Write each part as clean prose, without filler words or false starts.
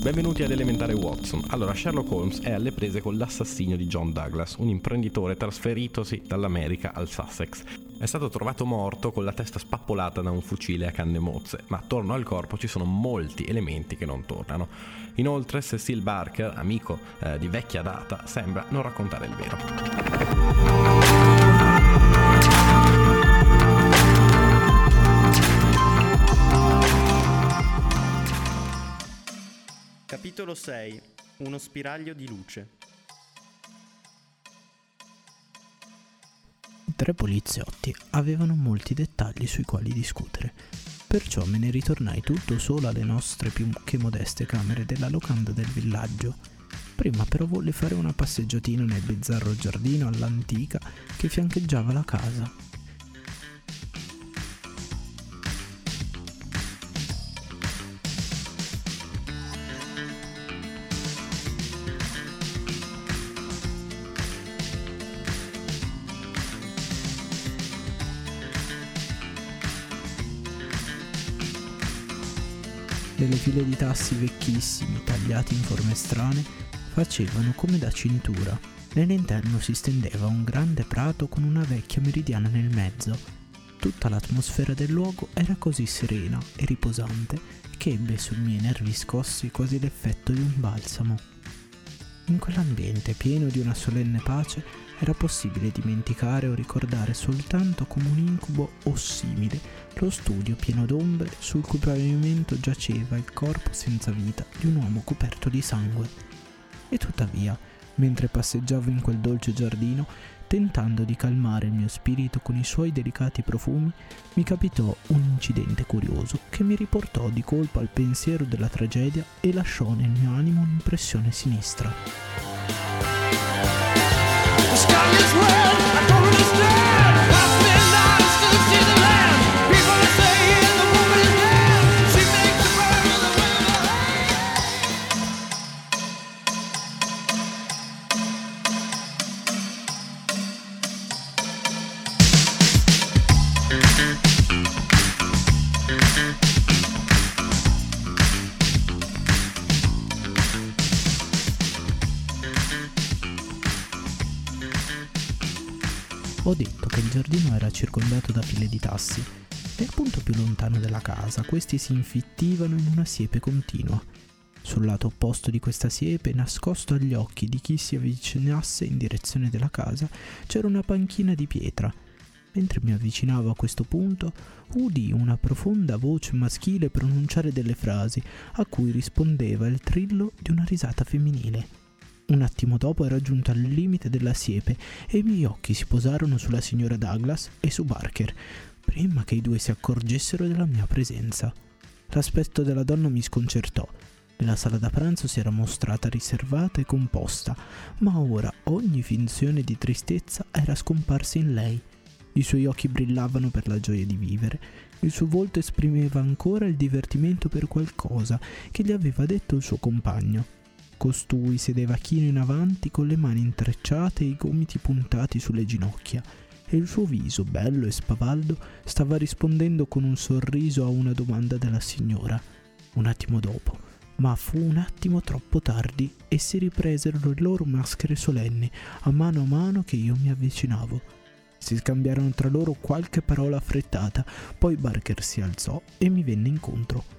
Benvenuti ad Elementare Watson. Allora, Sherlock Holmes è alle prese con l'assassinio di John Douglas, un imprenditore trasferitosi dall'America al Sussex. È stato trovato morto con la testa spappolata da un fucile a canne mozze, ma attorno al corpo ci sono molti elementi che non tornano. Inoltre, Cecil Barker, amico di vecchia data, sembra non raccontare il vero. Capitolo 6. Uno spiraglio di luce. I tre poliziotti avevano molti dettagli sui quali discutere, perciò me ne ritornai tutto solo alle nostre più che modeste camere della locanda del villaggio. Prima però volle fare una passeggiatina nel bizzarro giardino all'antica che fiancheggiava la casa. Delle file di tassi vecchissimi, tagliati in forme strane, facevano come da cintura. Nell'interno si stendeva un grande prato con una vecchia meridiana nel mezzo. Tutta l'atmosfera del luogo era così serena e riposante che ebbe sui miei nervi scossi quasi l'effetto di un balsamo. In quell'ambiente pieno di una solenne pace era possibile dimenticare o ricordare soltanto come un incubo o simile lo studio pieno d'ombre sul cui pavimento giaceva il corpo senza vita di un uomo coperto di sangue. E tuttavia, mentre passeggiavo in quel dolce giardino, tentando di calmare il mio spirito con i suoi delicati profumi, mi capitò un incidente curioso che mi riportò di colpo al pensiero della tragedia e lasciò nel mio animo un'impressione sinistra. Ho detto che il giardino era circondato da file di tassi e al punto più lontano della casa questi si infittivano in una siepe continua. Sul lato opposto di questa siepe, nascosto agli occhi di chi si avvicinasse in direzione della casa, c'era una panchina di pietra. Mentre mi avvicinavo a questo punto, udii una profonda voce maschile pronunciare delle frasi a cui rispondeva il trillo di una risata femminile. Un attimo dopo ero giunto al limite della siepe e i miei occhi si posarono sulla signora Douglas e su Barker, prima che i due si accorgessero della mia presenza. L'aspetto della donna mi sconcertò. La sala da pranzo si era mostrata riservata e composta, ma ora ogni finzione di tristezza era scomparsa in lei. I suoi occhi brillavano per la gioia di vivere, il suo volto esprimeva ancora il divertimento per qualcosa che gli aveva detto il suo compagno. Costui sedeva chino in avanti con le mani intrecciate e i gomiti puntati sulle ginocchia e il suo viso, bello e spavaldo, stava rispondendo con un sorriso a una domanda della signora. Un attimo dopo, ma fu un attimo troppo tardi, e si ripresero le loro maschere solenni a mano che io mi avvicinavo. Si scambiarono tra loro qualche parola affrettata, poi Barker si alzò e mi venne incontro.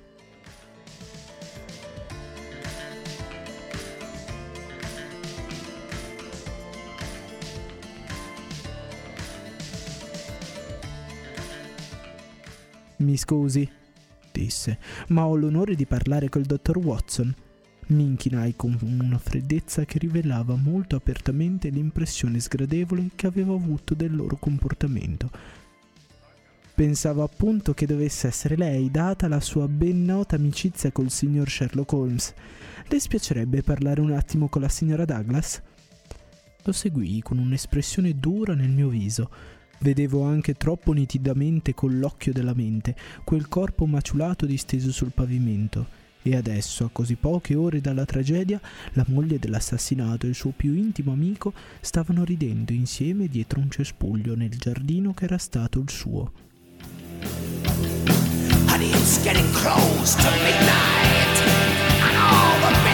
«Mi scusi», disse, «ma ho l'onore di parlare col dottor Watson». Mi inchinai con una freddezza che rivelava molto apertamente l'impressione sgradevole che avevo avuto del loro comportamento. Pensavo appunto che dovesse essere lei, data la sua ben nota amicizia col signor Sherlock Holmes. Le spiacerebbe parlare un attimo con la signora Douglas? Lo seguii con un'espressione dura nel mio viso. Vedevo anche troppo nitidamente con l'occhio della mente quel corpo maciulato disteso sul pavimento, e adesso, a così poche ore dalla tragedia, la moglie dell'assassinato e il suo più intimo amico stavano ridendo insieme dietro un cespuglio nel giardino che era stato il suo. Honey, it's getting close to midnight, and all the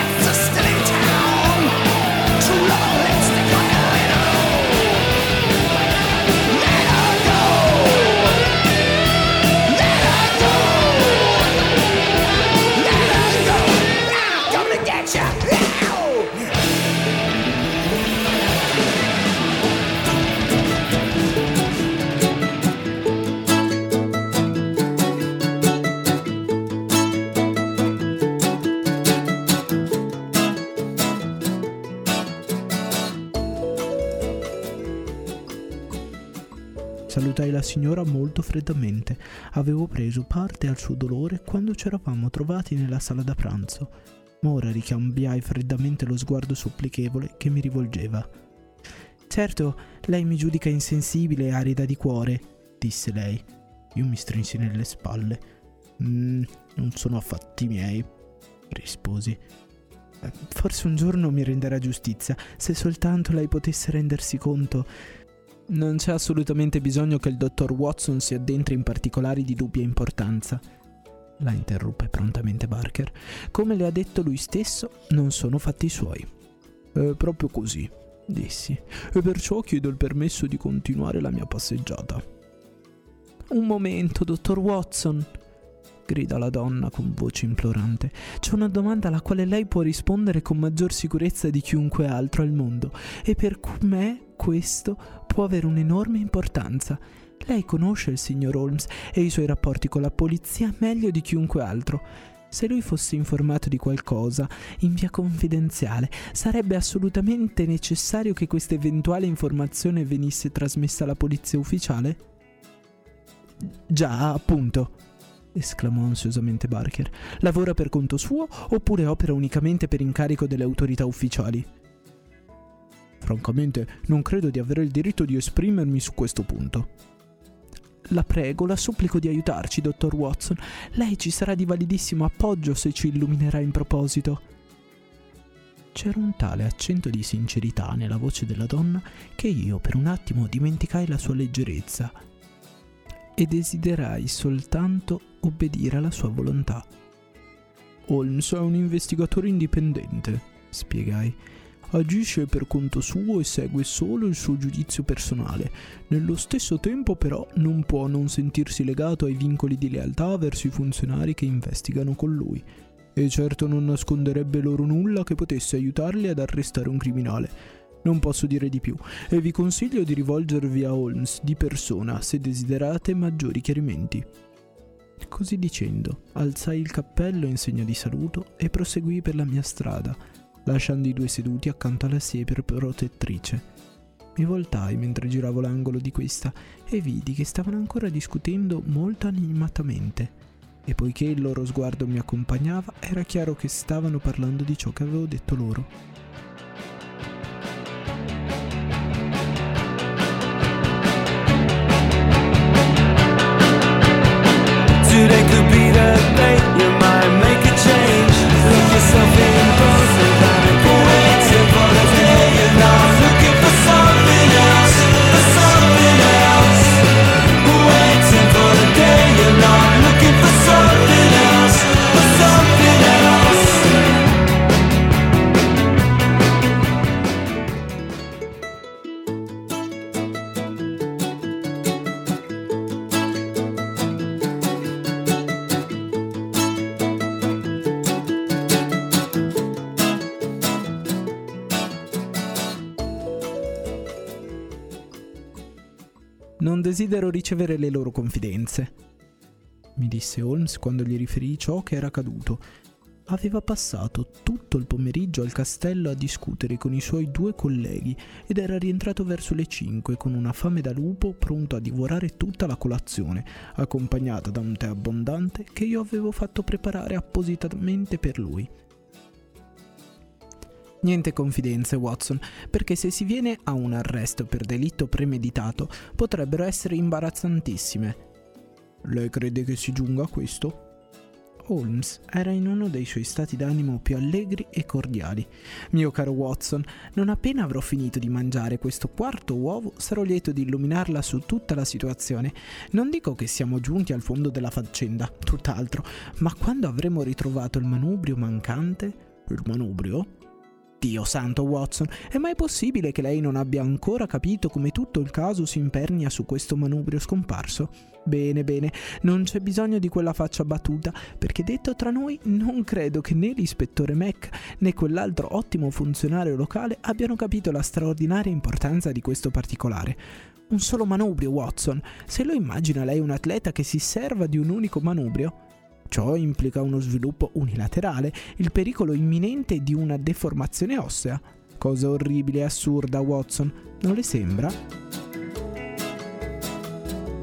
salutai la signora molto freddamente. Avevo preso parte al suo dolore quando ci eravamo trovati nella sala da pranzo, ma ora ricambiai freddamente lo sguardo supplichevole che mi rivolgeva. «Certo, lei mi giudica insensibile e arida di cuore», disse lei. Io mi strinsi nelle spalle. Non sono affatti miei», risposi. «Forse un giorno mi renderà giustizia, se soltanto lei potesse rendersi conto». «Non c'è assolutamente bisogno che il dottor Watson si addentri in particolari di dubbia importanza», la interruppe prontamente Barker. «Come le ha detto lui stesso, non sono fatti suoi». «È proprio così», dissi, «e perciò chiedo il permesso di continuare la mia passeggiata». «Un momento, dottor Watson», grida la donna con voce implorante. «C'è una domanda alla quale lei può rispondere con maggior sicurezza di chiunque altro al mondo, e per me questo può avere un'enorme importanza. Lei conosce il signor Holmes e i suoi rapporti con la polizia meglio di chiunque altro. Se lui fosse informato di qualcosa in via confidenziale, sarebbe assolutamente necessario che questa eventuale informazione venisse trasmessa alla polizia ufficiale?» «Già, appunto», esclamò ansiosamente Barker. «Lavora per conto suo oppure opera unicamente per incarico delle autorità ufficiali?» «Francamente, non credo di avere il diritto di esprimermi su questo punto». «La prego, la supplico di aiutarci, dottor Watson. Lei ci sarà di validissimo appoggio se ci illuminerà in proposito». C'era un tale accento di sincerità nella voce della donna che io per un attimo dimenticai la sua leggerezza e desiderai soltanto obbedire alla sua volontà. «Holmes è un investigatore indipendente», spiegai. «Agisce per conto suo e segue solo il suo giudizio personale. Nello stesso tempo, però, non può non sentirsi legato ai vincoli di lealtà verso i funzionari che investigano con lui. E certo non nasconderebbe loro nulla che potesse aiutarli ad arrestare un criminale. Non posso dire di più, e vi consiglio di rivolgervi a Holmes di persona se desiderate maggiori chiarimenti». Così dicendo, alzai il cappello in segno di saluto e proseguii per la mia strada, lasciando i due seduti accanto alla siepe protettrice. Mi voltai mentre giravo l'angolo di questa e vidi che stavano ancora discutendo molto animatamente, e poiché il loro sguardo mi accompagnava, era chiaro che stavano parlando di ciò che avevo detto loro. Today could be the day you might make a change. Look yourself in both and I'm waiting for the day you're not looking for something else, for something else. Waiting for the day you're not looking for something else, for something else. «Non desidero ricevere le loro confidenze», mi disse Holmes quando gli riferii ciò che era accaduto. Aveva passato tutto il pomeriggio al castello a discutere con i suoi due colleghi ed era rientrato verso le 5 con una fame da lupo, pronto a divorare tutta la colazione, accompagnata da un tè abbondante che io avevo fatto preparare appositamente per lui. «Niente confidenze, Watson, perché se si viene a un arresto per delitto premeditato potrebbero essere imbarazzantissime». «Lei crede che si giunga a questo?» Holmes era in uno dei suoi stati d'animo più allegri e cordiali. «Mio caro Watson, non appena avrò finito di mangiare questo quarto uovo sarò lieto di illuminarla su tutta la situazione. Non dico che siamo giunti al fondo della faccenda, tutt'altro, ma quando avremo ritrovato il manubrio mancante...» «Il manubrio?» «Dio santo, Watson, è mai possibile che lei non abbia ancora capito come tutto il caso si impernia su questo manubrio scomparso? Bene, bene, non c'è bisogno di quella faccia battuta, perché detto tra noi non credo che né l'ispettore Mac né quell'altro ottimo funzionario locale abbiano capito la straordinaria importanza di questo particolare. Un solo manubrio, Watson. Se lo immagina lei un atleta che si serva di un unico manubrio? Ciò implica uno sviluppo unilaterale, il pericolo imminente di una deformazione ossea. Cosa orribile e assurda, Watson, non le sembra?»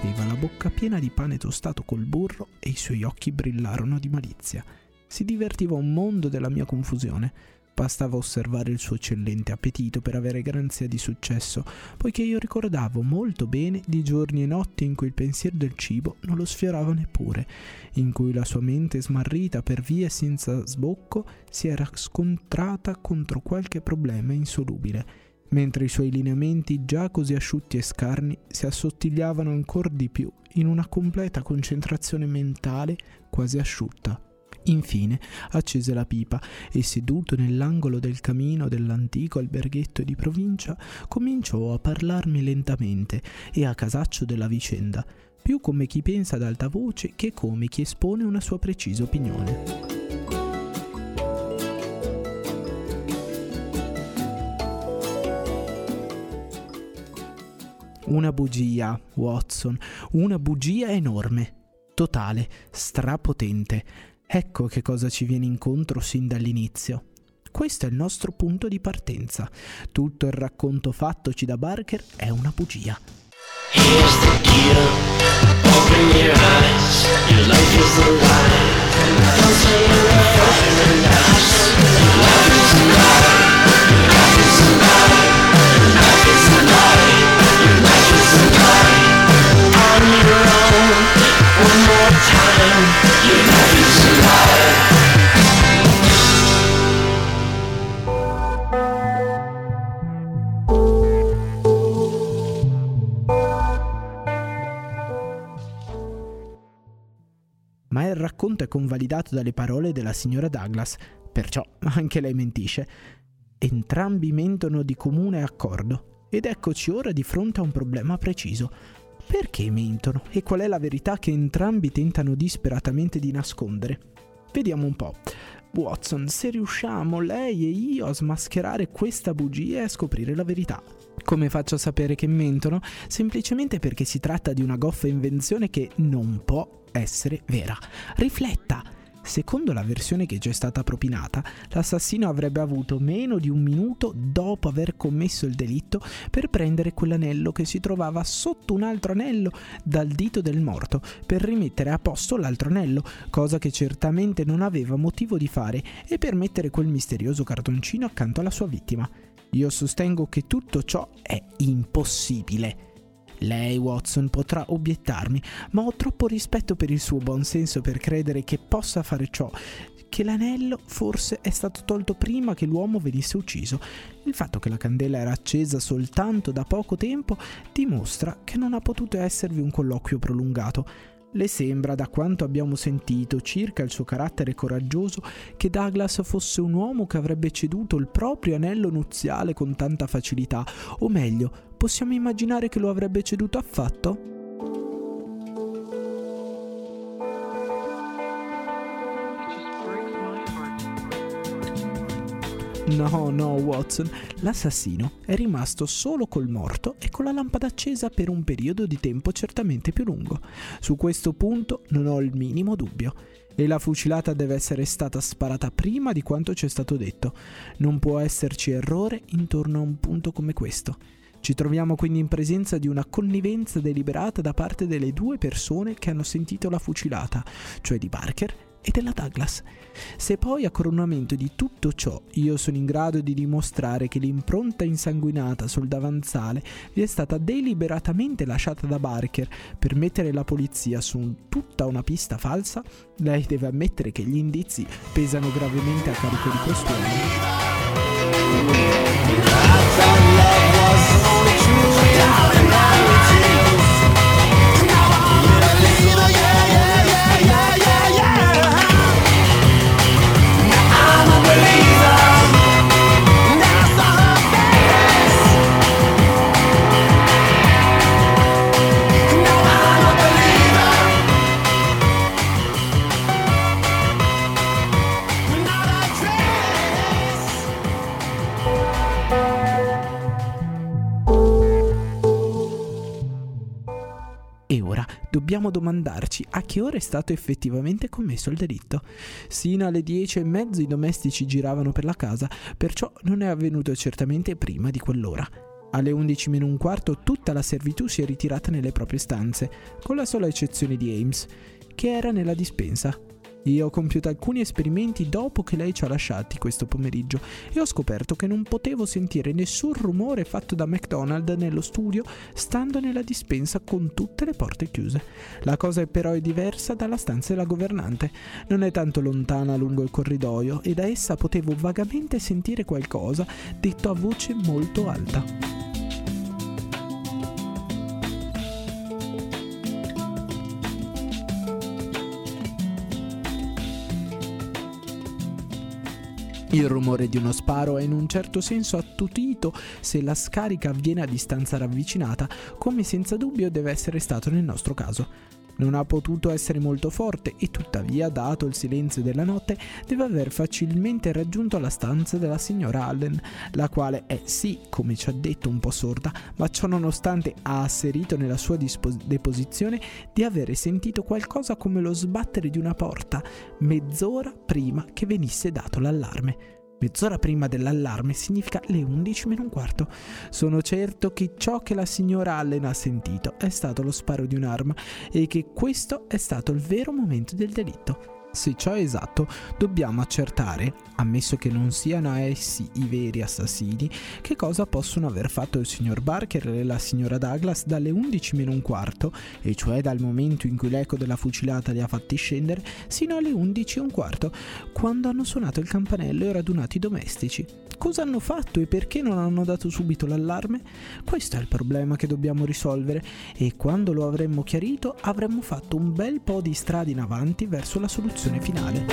aveva la bocca piena di pane tostato col burro e i suoi occhi brillarono di malizia. Si divertiva un mondo della mia confusione. Bastava osservare il suo eccellente appetito per avere garanzia di successo, poiché io ricordavo molto bene di giorni e notti in cui il pensiero del cibo non lo sfiorava neppure, in cui la sua mente smarrita per vie senza sbocco si era scontrata contro qualche problema insolubile, mentre i suoi lineamenti già così asciutti e scarni si assottigliavano ancor di più in una completa concentrazione mentale quasi asciutta. Infine accese la pipa e, seduto nell'angolo del camino dell'antico alberghetto di provincia, cominciò a parlarmi lentamente e a casaccio della vicenda, più come chi pensa ad alta voce che come chi espone una sua precisa opinione. Una bugia, Watson, una bugia enorme, totale, strapotente. Ecco che cosa ci viene incontro sin dall'inizio. Questo è il nostro punto di partenza. Tutto il racconto fattoci da Barker è una bugia. Here's the deal, open your eyes, your life is a lie. Don't say you're afraid and nice. Your life is a lie, your life is a lie, your life is a lie, your life is a lie. On your own, one more time, your life is a lie. Ma il racconto è convalidato dalle parole della signora Douglas, perciò anche lei mentisce. Entrambi mentono di comune accordo, ed eccoci ora di fronte a un problema preciso. Perché mentono? E qual è la verità che entrambi tentano disperatamente di nascondere? Vediamo un po'. Watson, se riusciamo, lei e io, a smascherare questa bugia e a scoprire la verità. Come faccio a sapere che mentono? Semplicemente perché si tratta di una goffa invenzione che non può essere vera. Rifletta! Secondo la versione che ci è stata propinata, l'assassino avrebbe avuto meno di un minuto dopo aver commesso il delitto per prendere quell'anello che si trovava sotto un altro anello dal dito del morto, per rimettere a posto l'altro anello, cosa che certamente non aveva motivo di fare, e per mettere quel misterioso cartoncino accanto alla sua vittima. Io sostengo che tutto ciò è impossibile. Lei, Watson, potrà obiettarmi, ma ho troppo rispetto per il suo buon senso per credere che possa fare ciò, che l'anello forse è stato tolto prima che l'uomo venisse ucciso. Il fatto che la candela era accesa soltanto da poco tempo dimostra che non ha potuto esservi un colloquio prolungato. Le sembra, da quanto abbiamo sentito circa il suo carattere coraggioso, che Douglas fosse un uomo che avrebbe ceduto il proprio anello nuziale con tanta facilità, o meglio, possiamo immaginare che lo avrebbe ceduto affatto? No, Watson, l'assassino è rimasto solo col morto e con la lampada accesa per un periodo di tempo certamente più lungo. Su questo punto non ho il minimo dubbio. E la fucilata deve essere stata sparata prima di quanto ci è stato detto. Non può esserci errore intorno a un punto come questo. Ci troviamo quindi in presenza di una connivenza deliberata da parte delle due persone che hanno sentito la fucilata, cioè di Barker e della Douglas. Se poi, a coronamento di tutto ciò, io sono in grado di dimostrare che l'impronta insanguinata sul davanzale vi è stata deliberatamente lasciata da Barker per mettere la polizia su tutta una pista falsa, lei deve ammettere che gli indizi pesano gravemente a carico di quest'uomo. E ora dobbiamo domandarci a che ora è stato effettivamente commesso il delitto. Sino alle 10:30 i domestici giravano per la casa, perciò non è avvenuto certamente prima di quell'ora. Alle 11:15 tutta la servitù si è ritirata nelle proprie stanze, con la sola eccezione di Ames, che era nella dispensa. Io ho compiuto alcuni esperimenti dopo che lei ci ha lasciati questo pomeriggio e ho scoperto che non potevo sentire nessun rumore fatto da MacDonald nello studio stando nella dispensa con tutte le porte chiuse. La cosa però è diversa dalla stanza della governante. Non è tanto lontana lungo il corridoio e da essa potevo vagamente sentire qualcosa detto a voce molto alta. Il rumore di uno sparo è in un certo senso attutito se la scarica avviene a distanza ravvicinata, come senza dubbio deve essere stato nel nostro caso. Non ha potuto essere molto forte e tuttavia, dato il silenzio della notte, deve aver facilmente raggiunto la stanza della signora Allen, la quale è sì, come ci ha detto, un po' sorda, ma ciò nonostante ha asserito nella sua deposizione di avere sentito qualcosa come lo sbattere di una porta mezz'ora prima che venisse dato l'allarme. Mezz'ora prima dell'allarme significa le 11:15. Sono certo che ciò che la signora Allen ha sentito è stato lo sparo di un'arma e che questo è stato il vero momento del delitto. Se ciò è esatto, dobbiamo accertare, ammesso che non siano essi i veri assassini, che cosa possono aver fatto il signor Barker e la signora Douglas dalle 11:15, e cioè dal momento in cui l'eco della fucilata li ha fatti scendere, sino alle 11:15, quando hanno suonato il campanello e radunato i domestici. Cosa hanno fatto e perché non hanno dato subito l'allarme? Questo è il problema che dobbiamo risolvere, e quando lo avremmo chiarito avremmo fatto un bel po' di strada in avanti verso la soluzione finale.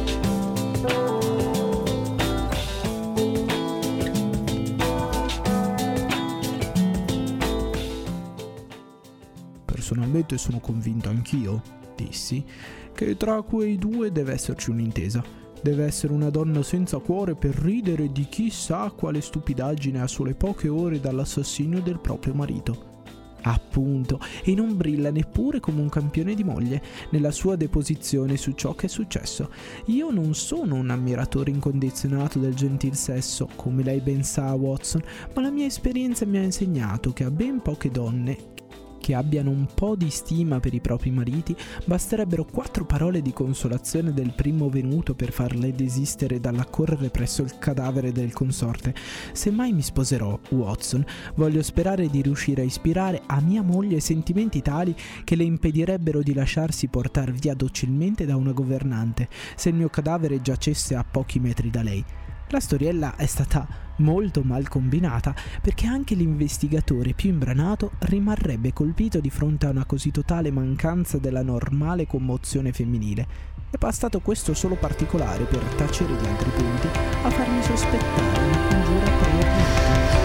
Personalmente sono convinto anch'io, dissi, che tra quei due deve esserci un'intesa. Deve essere una donna senza cuore per ridere di chissà quale stupidaggine a sole poche ore dall'assassinio del proprio marito. Appunto, e non brilla neppure come un campione di moglie nella sua deposizione su ciò che è successo. Io non sono un ammiratore incondizionato del gentil sesso, come lei ben sa, Watson, ma la mia esperienza mi ha insegnato che a ben poche donne che abbiano un po' di stima per i propri mariti basterebbero 4 parole di consolazione del primo venuto per farle desistere dall'accorrere presso il cadavere del consorte. Se mai mi sposerò, Watson, voglio sperare di riuscire a ispirare a mia moglie sentimenti tali che le impedirebbero di lasciarsi portar via docilmente da una governante se il mio cadavere giacesse a pochi metri da lei. La storiella è stata molto mal combinata, perché anche l'investigatore più imbranato rimarrebbe colpito di fronte a una così totale mancanza della normale commozione femminile. È bastato questo solo particolare per tacere gli altri punti a farmi sospettare una congiura preordinata.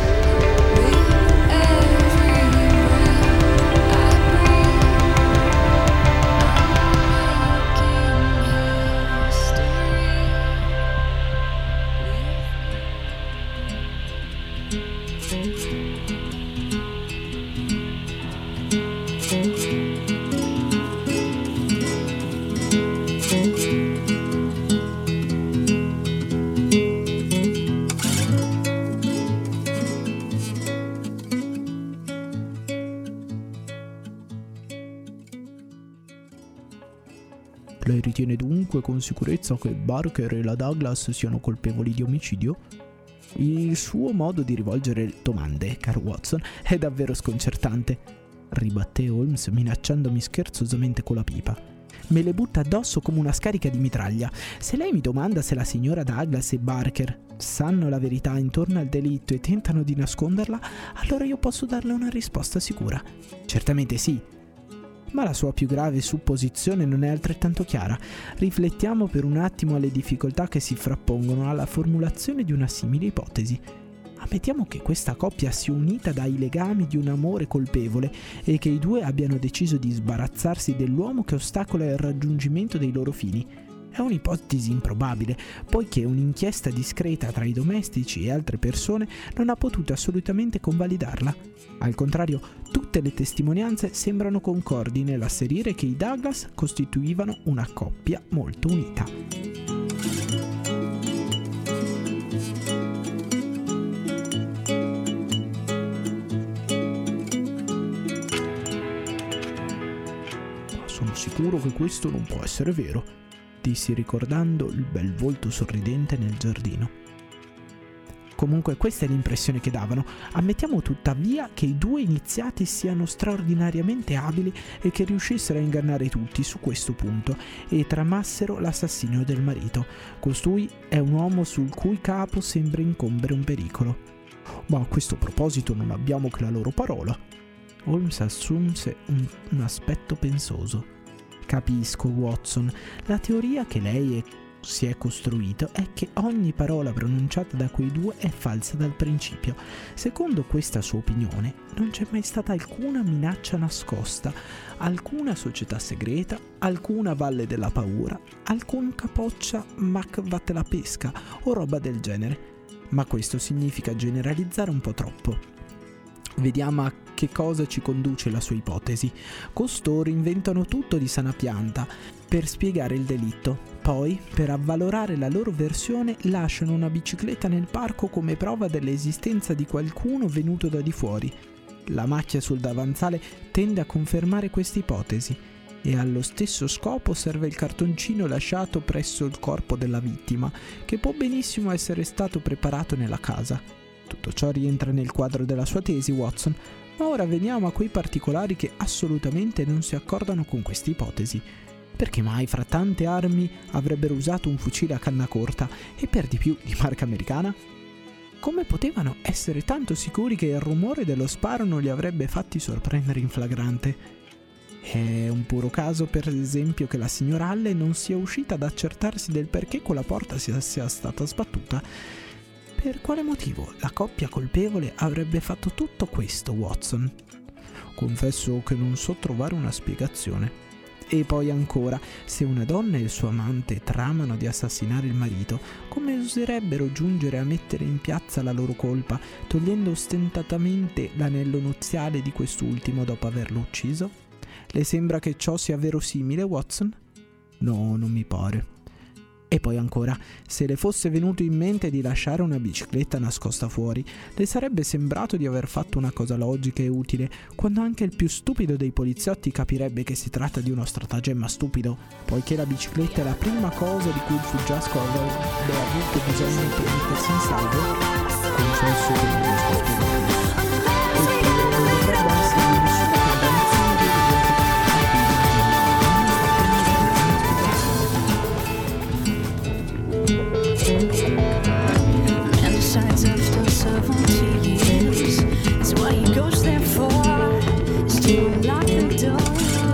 Lei ritiene dunque con sicurezza che Barker e la Douglas siano colpevoli di omicidio? Il suo modo di rivolgere domande, caro Watson, è davvero sconcertante, ribatté Holmes minacciandomi scherzosamente con la pipa. Me le butta addosso come una scarica di mitraglia. Se lei mi domanda se la signora Douglas e Barker sanno la verità intorno al delitto e tentano di nasconderla, allora io posso darle una risposta sicura. Certamente sì. Ma la sua più grave supposizione non è altrettanto chiara. Riflettiamo per un attimo alle difficoltà che si frappongono alla formulazione di una simile ipotesi. Ammettiamo che questa coppia sia unita dai legami di un amore colpevole e che i due abbiano deciso di sbarazzarsi dell'uomo che ostacola il raggiungimento dei loro fini. È un'ipotesi improbabile, poiché un'inchiesta discreta tra i domestici e altre persone non ha potuto assolutamente convalidarla. Al contrario, tutte le testimonianze sembrano concordi nell'asserire che i Douglas costituivano una coppia molto unita. sicuro che questo non può essere vero», dissi ricordando il bel volto sorridente nel giardino. Comunque questa è l'impressione che davano. Ammettiamo tuttavia che i due iniziati siano straordinariamente abili e che riuscissero a ingannare tutti su questo punto e tramassero l'assassinio del marito. Costui è un uomo sul cui capo sembra incombere un pericolo. «Ma a questo proposito non abbiamo che la loro parola». Holmes assunse un aspetto pensoso. «Capisco, Watson. La teoria che lei si è costruito è che ogni parola pronunciata da quei due è falsa dal principio. Secondo questa sua opinione non c'è mai stata alcuna minaccia nascosta, alcuna società segreta, alcuna valle della paura, alcun capoccia Mac vatte la pesca o roba del genere. Ma questo significa generalizzare un po' troppo. Vediamo a che cosa ci conduce la sua ipotesi. Costoro inventano tutto di sana pianta per spiegare il delitto. Poi, per avvalorare la loro versione, lasciano una bicicletta nel parco come prova dell'esistenza di qualcuno venuto da di fuori. La macchia sul davanzale tende a confermare questa ipotesi e allo stesso scopo serve il cartoncino lasciato presso il corpo della vittima, che può benissimo essere stato preparato nella casa. Tutto ciò rientra nel quadro della sua tesi, Watson, ma ora veniamo a quei particolari che assolutamente non si accordano con questa ipotesi. Perché mai fra tante armi avrebbero usato un fucile a canna corta e per di più di marca americana? Come potevano essere tanto sicuri che il rumore dello sparo non li avrebbe fatti sorprendere in flagrante? È un puro caso, per esempio, che la signora Allen non sia uscita ad accertarsi del perché quella porta sia stata sbattuta. Per quale motivo la coppia colpevole avrebbe fatto tutto questo, Watson? Confesso che non so trovare una spiegazione. E poi ancora, se una donna e il suo amante tramano di assassinare il marito, come oserebbero giungere a mettere in piazza la loro colpa, togliendo ostentatamente l'anello nuziale di quest'ultimo dopo averlo ucciso? Le sembra che ciò sia verosimile, Watson? No, non mi pare. E poi ancora, se le fosse venuto in mente di lasciare una bicicletta nascosta fuori, le sarebbe sembrato di aver fatto una cosa logica e utile, quando anche il più stupido dei poliziotti capirebbe che si tratta di uno stratagemma stupido, poiché la bicicletta è la prima cosa di cui il fuggiasco avrebbe avuto bisogno per mettersi in salvo. Confesso che non riesco a spiegarlo. Eppure non dovrebbe essere nessuna condannazione di And the signs of still serve on TVs. It's what he goes there for, is to unlock the door.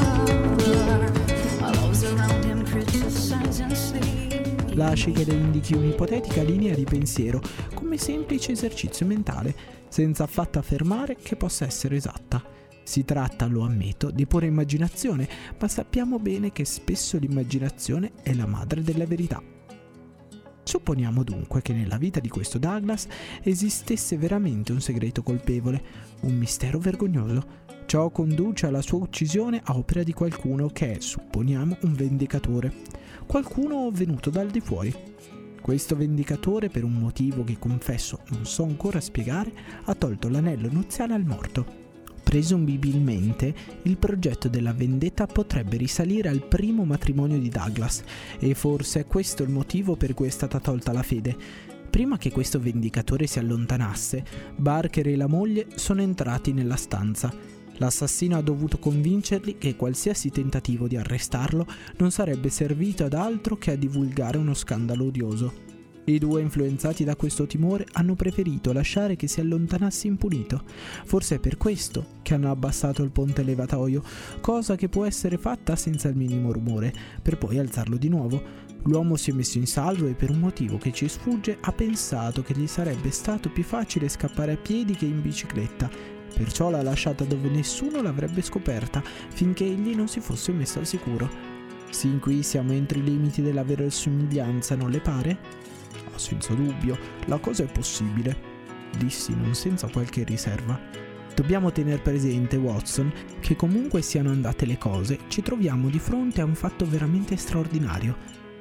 While those around him criticize and sleep. Lasci che le indichi un'ipotetica linea di pensiero come semplice esercizio mentale, senza affatto affermare che possa essere esatta. Si tratta, lo ammetto, di pura immaginazione, ma sappiamo bene che spesso l'immaginazione è la madre della verità. Supponiamo dunque che nella vita di questo Douglas esistesse veramente un segreto colpevole, un mistero vergognoso. Ciò conduce alla sua uccisione a opera di qualcuno che è, supponiamo, un vendicatore, qualcuno venuto dal di fuori. Questo vendicatore, per un motivo che confesso non so ancora spiegare, ha tolto l'anello nuziale al morto. Presumibilmente, il progetto della vendetta potrebbe risalire al primo matrimonio di Douglas, e forse è questo il motivo per cui è stata tolta la fede. Prima che questo vendicatore si allontanasse, Barker e la moglie sono entrati nella stanza. L'assassino ha dovuto convincerli che qualsiasi tentativo di arrestarlo non sarebbe servito ad altro che a divulgare uno scandalo odioso. I due, influenzati da questo timore, hanno preferito lasciare che si allontanasse impunito. Forse è per questo che hanno abbassato il ponte levatoio, cosa che può essere fatta senza il minimo rumore, per poi alzarlo di nuovo. L'uomo si è messo in salvo e per un motivo che ci sfugge ha pensato che gli sarebbe stato più facile scappare a piedi che in bicicletta. Perciò l'ha lasciata dove nessuno l'avrebbe scoperta, finché egli non si fosse messo al sicuro. Sin qui siamo entro i limiti della verosimiglianza, non le pare? Senza dubbio, la cosa è possibile, dissi non senza qualche riserva. Dobbiamo tener presente, Watson, che comunque siano andate le cose, ci troviamo di fronte a un fatto veramente straordinario.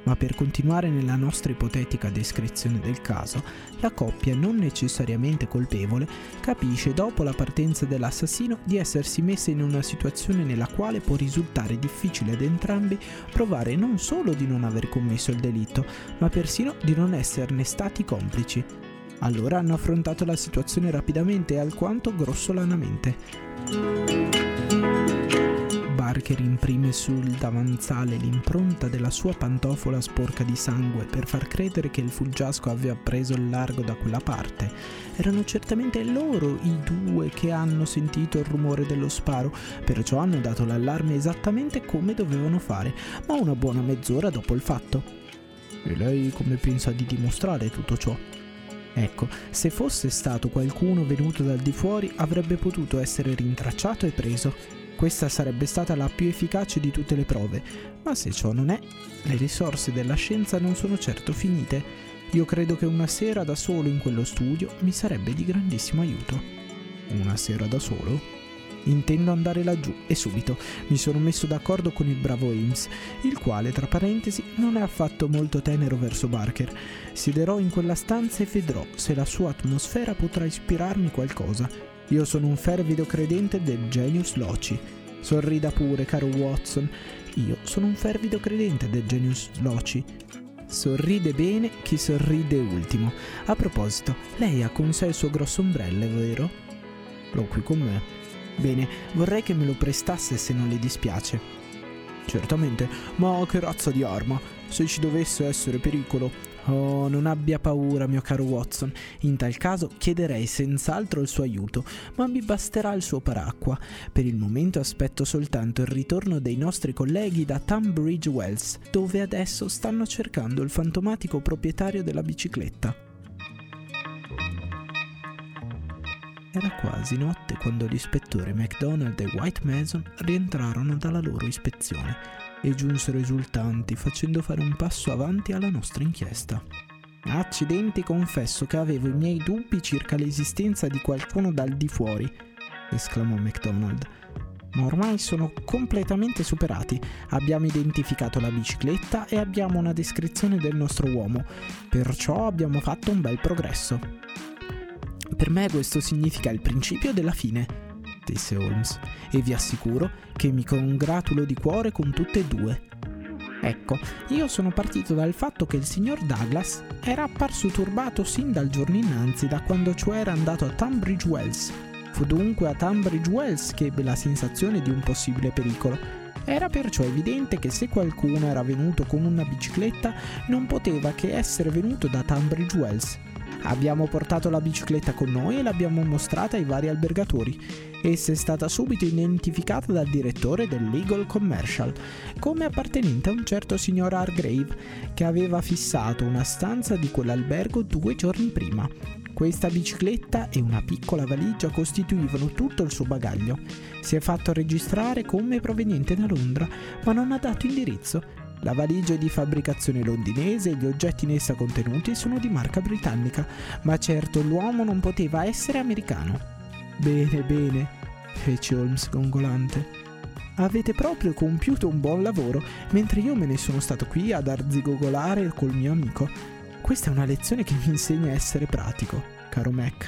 Ma per continuare nella nostra ipotetica descrizione del caso, la coppia, non necessariamente colpevole, capisce dopo la partenza dell'assassino di essersi messa in una situazione nella quale può risultare difficile ad entrambi provare non solo di non aver commesso il delitto, ma persino di non esserne stati complici. Allora hanno affrontato la situazione rapidamente e alquanto grossolanamente. Barker imprime sul davanzale l'impronta della sua pantofola sporca di sangue per far credere che il fuggiasco aveva preso il largo da quella parte. Erano certamente loro i due che hanno sentito il rumore dello sparo, perciò hanno dato l'allarme esattamente come dovevano fare, ma una buona mezz'ora dopo il fatto. E lei come pensa di dimostrare tutto ciò? Ecco, se fosse stato qualcuno venuto dal di fuori avrebbe potuto essere rintracciato e preso. Questa sarebbe stata la più efficace di tutte le prove, ma se ciò non è, le risorse della scienza non sono certo finite. Io credo che una sera da solo in quello studio mi sarebbe di grandissimo aiuto. Una sera da solo? Intendo andare laggiù e subito. Mi sono messo d'accordo con il bravo Ames, il quale, tra parentesi, non è affatto molto tenero verso Barker. Siederò in quella stanza e vedrò se la sua atmosfera potrà ispirarmi qualcosa. Io sono un fervido credente del genius loci. Sorrida pure, caro Watson. Io sono un fervido credente del genius loci. Sorride bene chi sorride ultimo. A proposito, lei ha con sé il suo grosso ombrello, vero? L'ho qui con me. Bene, vorrei che me lo prestasse se non le dispiace. Certamente, ma che razza di arma? Se ci dovesse essere pericolo... Oh, non abbia paura, mio caro Watson. In tal caso chiederei senz'altro il suo aiuto, ma mi basterà il suo paracqua. Per il momento aspetto soltanto il ritorno dei nostri colleghi da Tunbridge Wells, dove adesso stanno cercando il fantomatico proprietario della bicicletta. Era quasi notte quando l'ispettore MacDonald e White Mason rientrarono dalla loro ispezione e giunsero esultanti, facendo fare un passo avanti alla nostra inchiesta. Accidenti, confesso che avevo i miei dubbi circa l'esistenza di qualcuno dal di fuori, esclamò MacDonald. Ma ormai sono completamente superati. Abbiamo identificato la bicicletta e abbiamo una descrizione del nostro uomo, perciò abbiamo fatto un bel progresso. Per me questo significa il principio della fine, disse Holmes, e vi assicuro che mi congratulo di cuore con tutte e due. Ecco, io sono partito dal fatto che il signor Douglas era apparso turbato sin dal giorno innanzi, da quando cioè era andato a Tunbridge Wells. Fu dunque a Tunbridge Wells che ebbe la sensazione di un possibile pericolo. Era perciò evidente che se qualcuno era venuto con una bicicletta non poteva che essere venuto da Tunbridge Wells. Abbiamo portato la bicicletta con noi e l'abbiamo mostrata ai vari albergatori. Essa è stata subito identificata dal direttore del Legal Commercial come appartenente a un certo signor Hargrave, che aveva fissato una stanza di quell'albergo 2 giorni prima. Questa bicicletta e una piccola valigia costituivano tutto il suo bagaglio. Si è fatto registrare come proveniente da Londra, ma non ha dato indirizzo. La valigia è di fabbricazione londinese e gli oggetti in essa contenuti sono di marca britannica, ma certo l'uomo non poteva essere americano. Bene, bene, fece Holmes gongolante. Avete proprio compiuto un buon lavoro, mentre io me ne sono stato qui ad arzigogolare col mio amico. Questa è una lezione che mi insegna a essere pratico, caro Mac.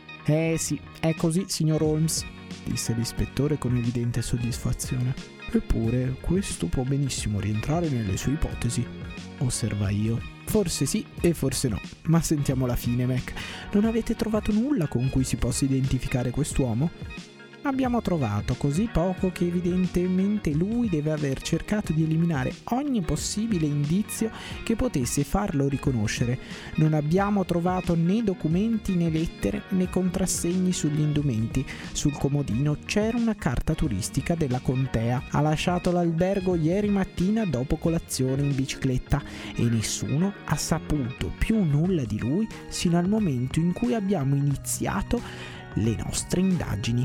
Sì, è così, signor Holmes, disse l'ispettore con evidente soddisfazione. Eppure, questo può benissimo rientrare nelle sue ipotesi, osservai io. Forse sì e forse no, ma sentiamo la fine, Mac. Non avete trovato nulla con cui si possa identificare quest'uomo? Abbiamo trovato così poco che evidentemente lui deve aver cercato di eliminare ogni possibile indizio che potesse farlo riconoscere. Non abbiamo trovato né documenti né lettere né contrassegni sugli indumenti. Sul comodino c'era una carta turistica della contea. Ha lasciato l'albergo ieri mattina dopo colazione in bicicletta e nessuno ha saputo più nulla di lui sino al momento in cui abbiamo iniziato le nostre indagini.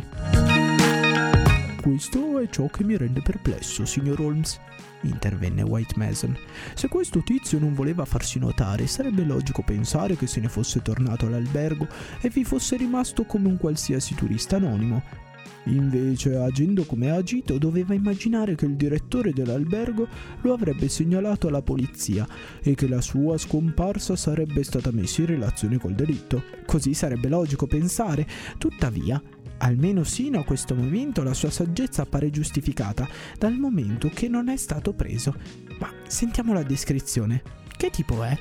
Questo è ciò che mi rende perplesso, signor Holmes, intervenne White Mason. Se questo tizio non voleva farsi notare, sarebbe logico pensare che se ne fosse tornato all'albergo e vi fosse rimasto come un qualsiasi turista anonimo. Invece, agendo come ha agito, doveva immaginare che il direttore dell'albergo lo avrebbe segnalato alla polizia e che la sua scomparsa sarebbe stata messa in relazione col delitto. Così sarebbe logico pensare. Tuttavia, almeno sino a questo momento, la sua saggezza appare giustificata, dal momento che non è stato preso. Ma sentiamo la descrizione. Che tipo è?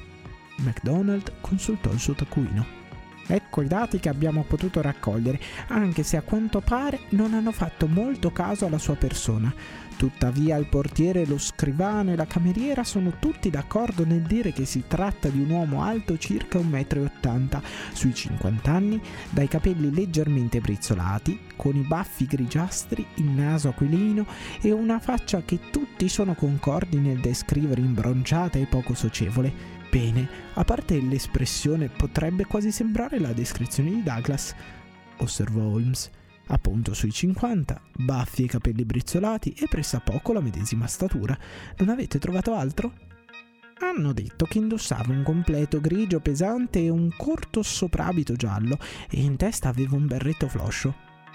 MacDonald consultò il suo taccuino. Ecco i dati che abbiamo potuto raccogliere, anche se a quanto pare non hanno fatto molto caso alla sua persona. Tuttavia il portiere, lo scrivano e la cameriera sono tutti d'accordo nel dire che si tratta di un uomo alto circa 1,80 m, sui 50 anni, dai capelli leggermente brizzolati, con i baffi grigiastri, il naso aquilino e una faccia che tutti sono concordi nel descrivere imbronciata e poco socievole. Bene, a parte l'espressione, potrebbe quasi sembrare la descrizione di Douglas, osservò Holmes. Appunto sui 50, baffi e capelli brizzolati e pressappoco la medesima statura. Non avete trovato altro? Hanno detto che indossava un completo grigio pesante e un corto soprabito giallo e in testa aveva un berretto floscio.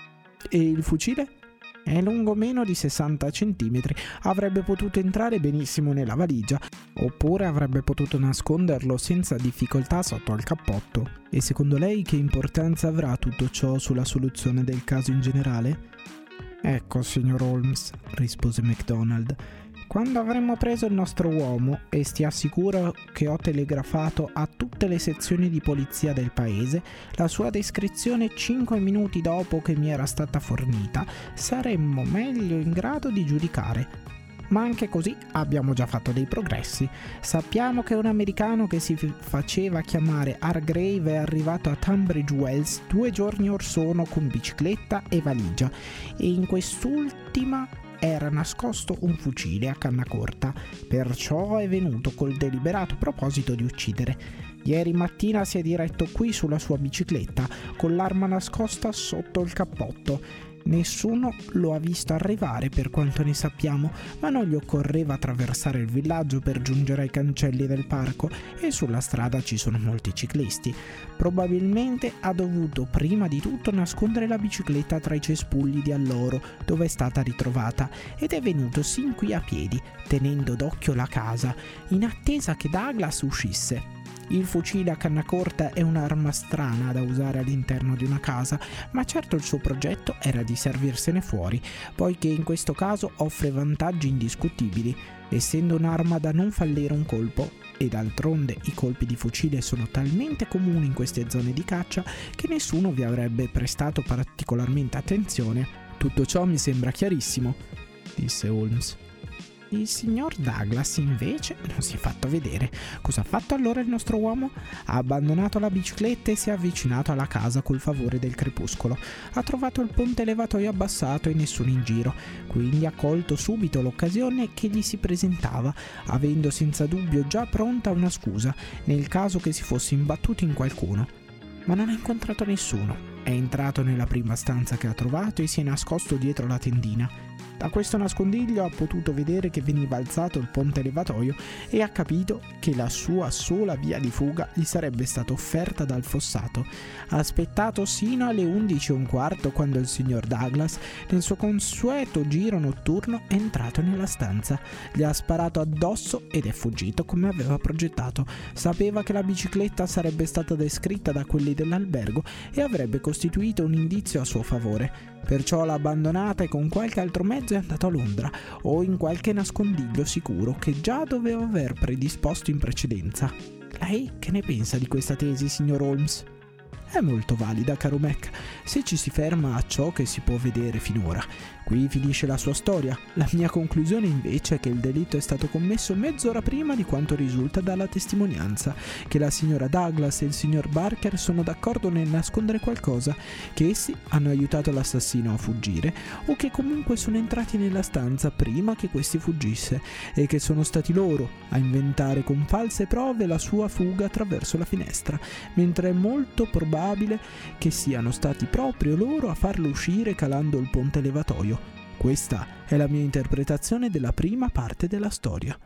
E il fucile? È lungo meno di 60 centimetri, avrebbe potuto entrare benissimo nella valigia, oppure avrebbe potuto nasconderlo senza difficoltà sotto al cappotto. E secondo lei che importanza avrà tutto ciò sulla soluzione del caso in generale? Ecco, signor Holmes, rispose MacDonald, quando avremo preso il nostro uomo, e stia sicuro che ho telegrafato a tutte le sezioni di polizia del paese la sua descrizione 5 minuti dopo che mi era stata fornita, saremmo meglio in grado di giudicare. Ma anche così abbiamo già fatto dei progressi. Sappiamo che un americano che si faceva chiamare Hargrave è arrivato a Tunbridge Wells 2 giorni or sono con bicicletta e valigia, e in quest'ultima era nascosto un fucile a canna corta, perciò è venuto col deliberato proposito di uccidere. Ieri mattina si è diretto qui sulla sua bicicletta, con l'arma nascosta sotto il cappotto. Nessuno lo ha visto arrivare per quanto ne sappiamo, ma non gli occorreva attraversare il villaggio per giungere ai cancelli del parco e sulla strada ci sono molti ciclisti. Probabilmente ha dovuto prima di tutto nascondere la bicicletta tra i cespugli di alloro dove è stata ritrovata ed è venuto sin qui a piedi, tenendo d'occhio la casa, in attesa che Douglas uscisse. Il fucile a canna corta è un'arma strana da usare all'interno di una casa, ma certo il suo progetto era di servirsene fuori, poiché in questo caso offre vantaggi indiscutibili, essendo un'arma da non fallire un colpo, e d'altronde i colpi di fucile sono talmente comuni in queste zone di caccia che nessuno vi avrebbe prestato particolarmente attenzione. Tutto ciò mi sembra chiarissimo, disse Holmes. Il signor Douglas invece non si è fatto vedere. Cosa ha fatto allora il nostro uomo? Ha abbandonato la bicicletta e si è avvicinato alla casa col favore del crepuscolo. Ha trovato il ponte levatoio abbassato e nessuno in giro, quindi ha colto subito l'occasione che gli si presentava, avendo senza dubbio già pronta una scusa nel caso che si fosse imbattuto in qualcuno. Ma non ha incontrato nessuno. È entrato nella prima stanza che ha trovato e si è nascosto dietro la tendina. Da questo nascondiglio ha potuto vedere che veniva alzato il ponte levatoio e ha capito che la sua sola via di fuga gli sarebbe stata offerta dal fossato. Ha aspettato sino alle 11:15 quando il signor Douglas, nel suo consueto giro notturno, è entrato nella stanza. Gli ha sparato addosso ed è fuggito come aveva progettato. Sapeva che la bicicletta sarebbe stata descritta da quelli dell'albergo e avrebbe costituito un indizio a suo favore. Perciò l'ha abbandonata e con qualche altro mezzo è andato a Londra o in qualche nascondiglio sicuro che già doveva aver predisposto in precedenza. Lei che ne pensa di questa tesi, signor Holmes? È molto valida, caro Mac, se ci si ferma a ciò che si può vedere finora. Qui finisce la sua storia. La mia conclusione invece è che il delitto è stato commesso mezz'ora prima di quanto risulta dalla testimonianza, che la signora Douglas e il signor Barker sono d'accordo nel nascondere qualcosa, che essi hanno aiutato l'assassino a fuggire o che comunque sono entrati nella stanza prima che questi fuggisse e che sono stati loro a inventare con false prove la sua fuga attraverso la finestra, mentre è molto probabile che siano stati proprio loro a farlo uscire calando il ponte levatoio. Questa è la mia interpretazione della prima parte della storia.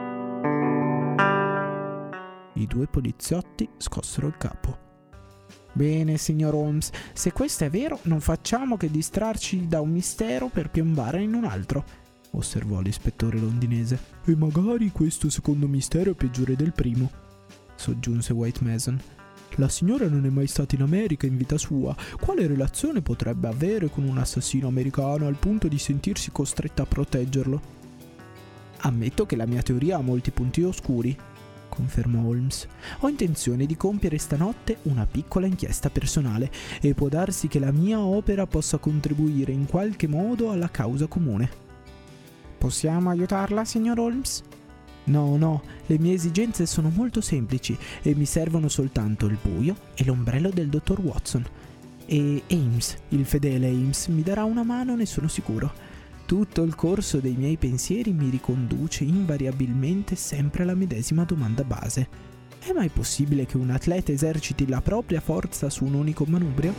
I due poliziotti scossero il capo. Bene, signor Holmes, se questo è vero, non facciamo che distrarci da un mistero per piombare in un altro, osservò l'ispettore londinese. E magari questo secondo mistero è peggiore del primo, soggiunse White Mason. La signora non è mai stata in America in vita sua. Quale relazione potrebbe avere con un assassino americano al punto di sentirsi costretta a proteggerlo? Ammetto che la mia teoria ha molti punti oscuri, confermò Holmes. Ho intenzione di compiere stanotte una piccola inchiesta personale e può darsi che la mia opera possa contribuire in qualche modo alla causa comune. Possiamo aiutarla, signor Holmes? No, le mie esigenze sono molto semplici e mi servono soltanto il buio e l'ombrello del dottor Watson. E Ames, il fedele Ames, mi darà una mano, ne sono sicuro. Tutto il corso dei miei pensieri mi riconduce invariabilmente sempre alla medesima domanda base. È mai possibile che un atleta eserciti la propria forza su un unico manubrio?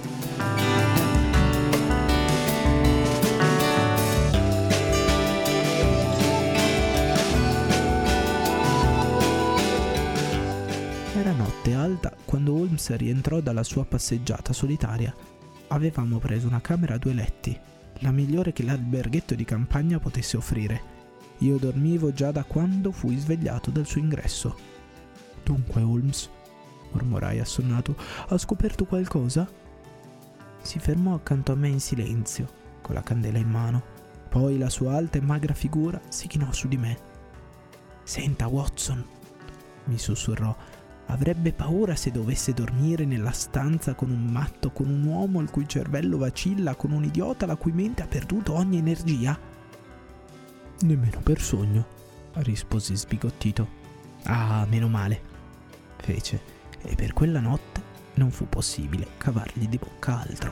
Era notte alta quando Holmes rientrò dalla sua passeggiata solitaria. Avevamo preso una camera a 2 letti, la migliore che l'alberghetto di campagna potesse offrire. Io dormivo già da quando fui svegliato dal suo ingresso. Dunque, Holmes, mormorai assonnato, ha scoperto qualcosa? Si fermò accanto a me in silenzio, con la candela in mano. Poi la sua alta e magra figura si chinò su di me. Senta, Watson, mi sussurrò, avrebbe paura se dovesse dormire nella stanza con un matto, con un uomo il cui cervello vacilla, con un idiota la cui mente ha perduto ogni energia? Nemmeno per sogno, risposi sbigottito. Ah, meno male, fece, e per quella notte non fu possibile cavargli di bocca altro.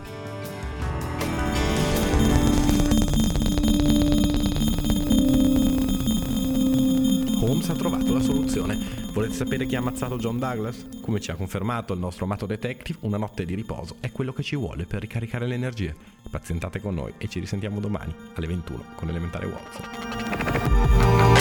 Holmes ha trovato la soluzione. Volete sapere chi ha ammazzato John Douglas? Come ci ha confermato il nostro amato detective, una notte di riposo è quello che ci vuole per ricaricare le energie. Pazientate con noi e ci risentiamo domani alle 21 con Elementare Watson.